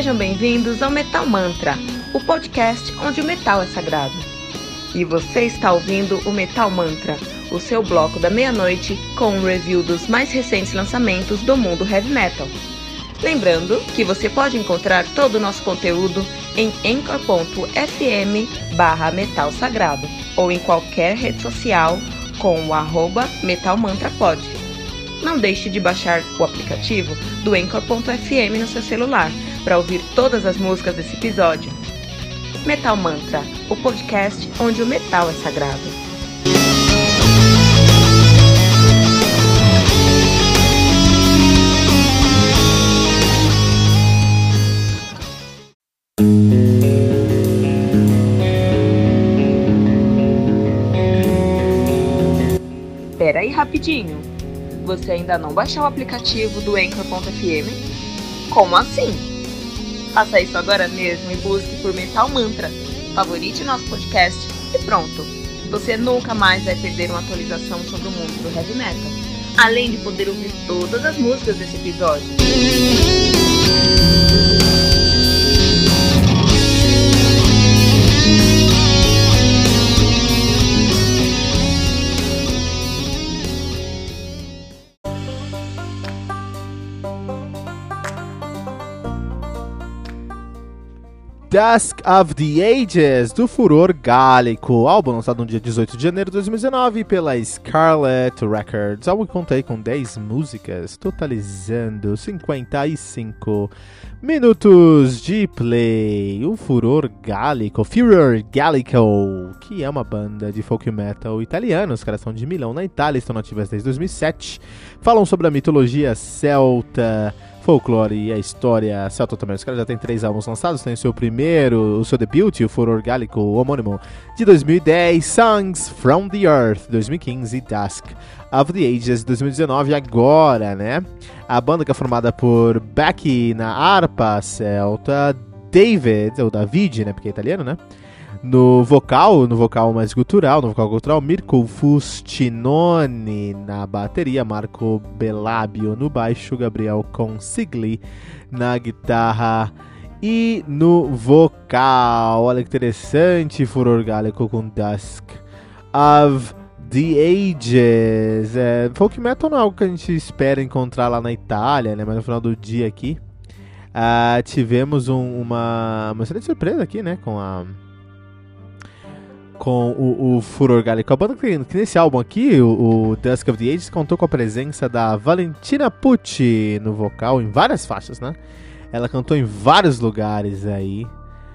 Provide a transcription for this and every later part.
Sejam bem-vindos ao Metal Mantra, o podcast onde o metal é sagrado. E você está ouvindo o Metal Mantra, o seu bloco da meia-noite com um review dos mais recentes lançamentos do mundo heavy metal. Lembrando que você pode encontrar todo o nosso conteúdo em anchor.fm/metalsagrado ou em qualquer rede social com o @metalmantrapod. Não deixe de baixar o aplicativo do anchor.fm no seu celular para ouvir todas as músicas desse episódio. Metal Mantra, o podcast onde o metal é sagrado. Pera aí rapidinho, você ainda não baixou o aplicativo do Anchor.fm? Como assim? Faça isso agora mesmo e busque por Metal Mantra, favorite nosso podcast e pronto! Você nunca mais vai perder uma atualização sobre o mundo do heavy metal, além de poder ouvir todas as músicas desse episódio. Dusk of the Ages, do Furor Gálico, álbum lançado no dia 18 de janeiro de 2019 pela Scarlet Records. Álbum que contei com 10 músicas, totalizando 55 minutos de play. O Furor Gálico, que é uma banda de folk metal italiano. Os caras são de Milão, na Itália, estão nativas desde 2007. Falam sobre a mitologia celta, folclore e a história celta também. Os caras já têm 3 álbuns lançados. Tem o seu debut, o Furor Gálico, o homônimo, de 2010, Songs from the Earth, 2015, Dusk of the Ages, 2019, agora, né? A banda que é formada por Becky na harpa celta, David, né? Porque é italiano, né? No vocal mais gutural, Mirko Fustinoni na bateria, Marco Belabio no baixo, Gabriel Consigli na guitarra e no vocal. Olha que interessante, Furor Gálico com Dusk of the Ages. Folk metal não é algo que a gente espera encontrar lá na Itália, né? Mas no final do dia aqui tivemos uma excelente surpresa aqui, né? Com o Furor Gálico. A banda que nesse álbum aqui, o Dusk of the Ages, contou com a presença da Valentina Pucci no vocal, em várias faixas, né? Ela cantou em vários lugares aí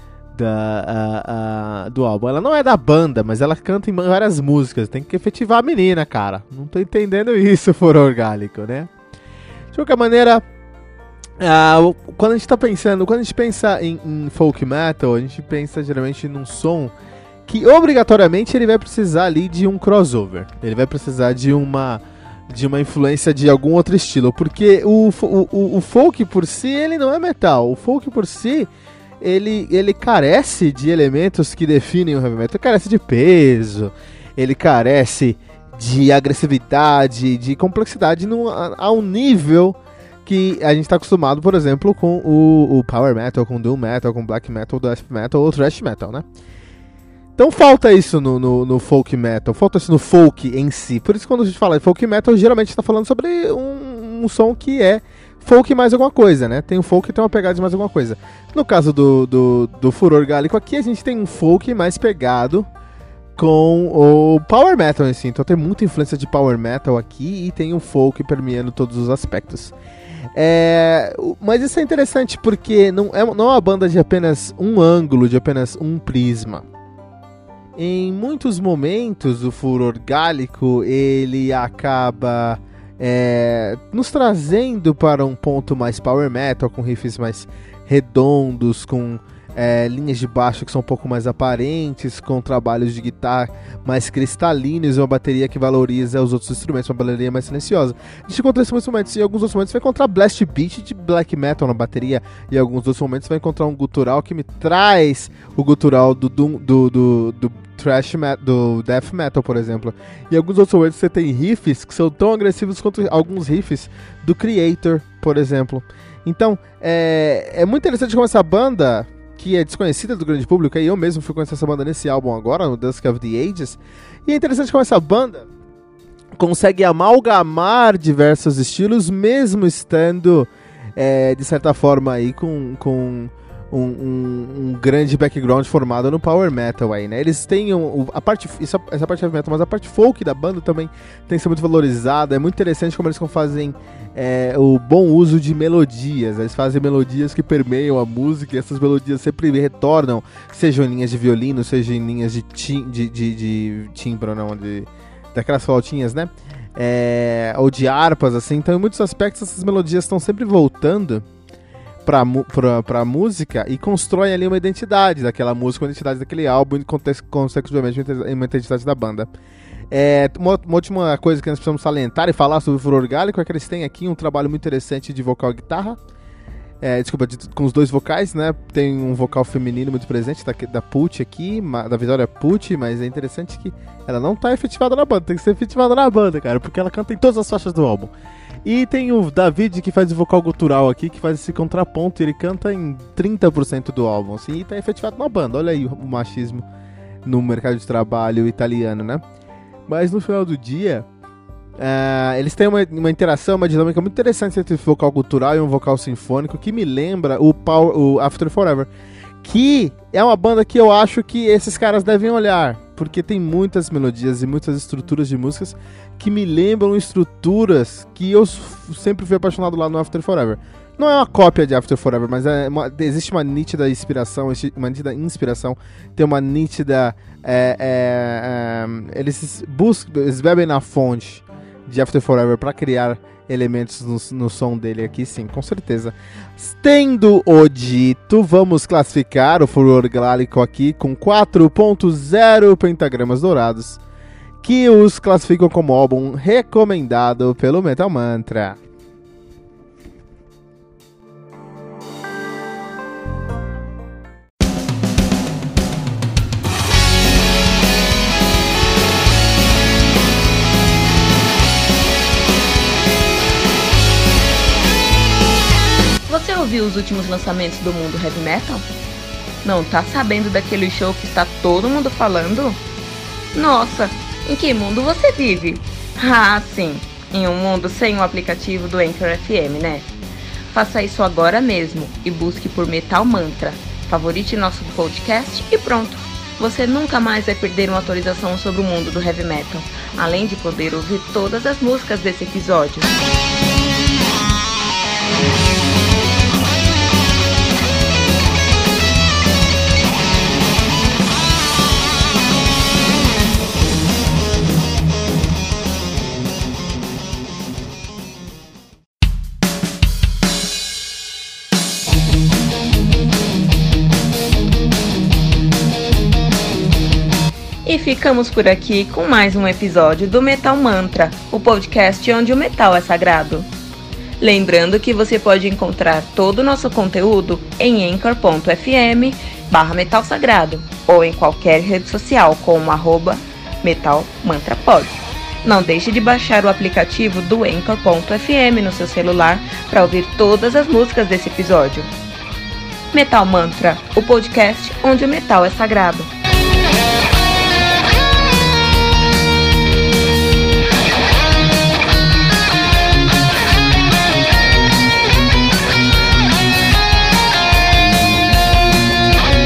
do álbum. Ela não é da banda, mas ela canta em várias músicas. Tem que efetivar a menina, cara. Não tô entendendo isso, Furor Gálico, né? De qualquer maneira, quando a gente pensa em folk metal, a gente pensa geralmente num som que obrigatoriamente ele vai precisar ali de um crossover. Ele vai precisar de uma influência de algum outro estilo. Porque o folk por si, ele não é metal. O folk por si, ele carece de elementos que definem o heavy metal. Ele carece de peso, ele carece de agressividade, de complexidade a um nível que a gente está acostumado, por exemplo, com o power metal, com doom metal, com black metal, death metal ou thrash metal, né? Então falta isso no folk metal, falta isso no folk em si. Por isso quando a gente fala de folk metal, geralmente está falando sobre um som que é folk mais alguma coisa, né? Tem um folk que tem uma pegada de mais alguma coisa. No caso do Furor Gálico aqui, a gente tem um folk mais pegado com o power metal em si. Então tem muita influência de power metal aqui e tem o folk permeando todos os aspectos. Mas isso é interessante porque não é uma banda de apenas um ângulo, de apenas um prisma. Em muitos momentos, o Furor Gálico, ele acaba nos trazendo para um ponto mais power metal, com riffs mais redondos, com linhas de baixo que são um pouco mais aparentes, com trabalhos de guitarra mais cristalinos e uma bateria que valoriza os outros instrumentos, uma bateria mais silenciosa. A gente encontra esses momentos, em alguns outros momentos você vai encontrar blast beat de black metal na bateria, e em alguns outros momentos você vai encontrar um gutural que me traz o gutural do thrash metal, do death metal, por exemplo. E em alguns outros momentos você tem riffs que são tão agressivos quanto alguns riffs do Creator, por exemplo. Então, é muito interessante como essa banda, que é desconhecida do grande público, e eu mesmo fui conhecer essa banda nesse álbum agora, no Dusk of the Ages, e é interessante como essa banda consegue amalgamar diversos estilos, mesmo estando, de certa forma, aí com um grande background formado no power metal aí, né? Eles têm essa parte heavy metal, mas a parte folk da banda também tem que ser muito valorizada. É muito interessante como eles fazem o bom uso de melodias. Eles fazem melodias que permeiam a música, e essas melodias sempre retornam, sejam em linhas de violino, sejam em linhas de timbro, daquelas flautinhas, né? Ou de harpas, assim. Então, em muitos aspectos, essas melodias estão sempre voltando pra música e constroem ali uma identidade daquela música, uma identidade daquele álbum e, consecutivamente, uma identidade da banda. Uma última coisa que nós precisamos salientar e falar sobre o Furor Gálico é que eles têm aqui um trabalho muito interessante de vocal e guitarra. Com os dois vocais, né? Tem um vocal feminino muito presente da Pucci aqui, da Vitória Pucci, mas é interessante que ela não tá efetivada na banda, tem que ser efetivada na banda, cara, porque ela canta em todas as faixas do álbum. E tem o David, que faz o vocal gutural aqui, que faz esse contraponto, e ele canta em 30% do álbum, assim, e tá efetivado na banda. Olha aí o machismo no mercado de trabalho italiano, né? Mas no final do dia, eles têm uma interação, uma dinâmica muito interessante entre o vocal gutural e um vocal sinfônico, que me lembra o After Forever, que é uma banda que eu acho que esses caras devem olhar, porque tem muitas melodias e muitas estruturas de músicas que me lembram estruturas que eu sempre fui apaixonado lá no After Forever. Não é uma cópia de After Forever, mas existe uma nítida inspiração, tem uma nítida... Eles bebem na fonte de After Forever para criar elementos no som dele aqui, sim, com certeza. Tendo o dito, vamos classificar o Furor Gálico aqui com 4.0 pentagramas dourados, que os classificam como álbum recomendado pelo Metal Mantra. Você ouviu os últimos lançamentos do mundo heavy metal? Não tá sabendo daquele show que está todo mundo falando? Nossa, em que mundo você vive? Ah, sim, em um mundo sem o aplicativo do Anchor FM, né? Faça isso agora mesmo e busque por Metal Mantra. Favorite nosso podcast e pronto. Você nunca mais vai perder uma atualização sobre o mundo do heavy metal, além de poder ouvir todas as músicas desse episódio. E ficamos por aqui com mais um episódio do Metal Mantra, o podcast onde o metal é sagrado. Lembrando que você pode encontrar todo o nosso conteúdo em anchor.fm/metalsagrado ou em qualquer rede social como @metalmantrapod. Não deixe de baixar o aplicativo do anchor.fm no seu celular para ouvir todas as músicas desse episódio. Metal Mantra, o podcast onde o metal é sagrado.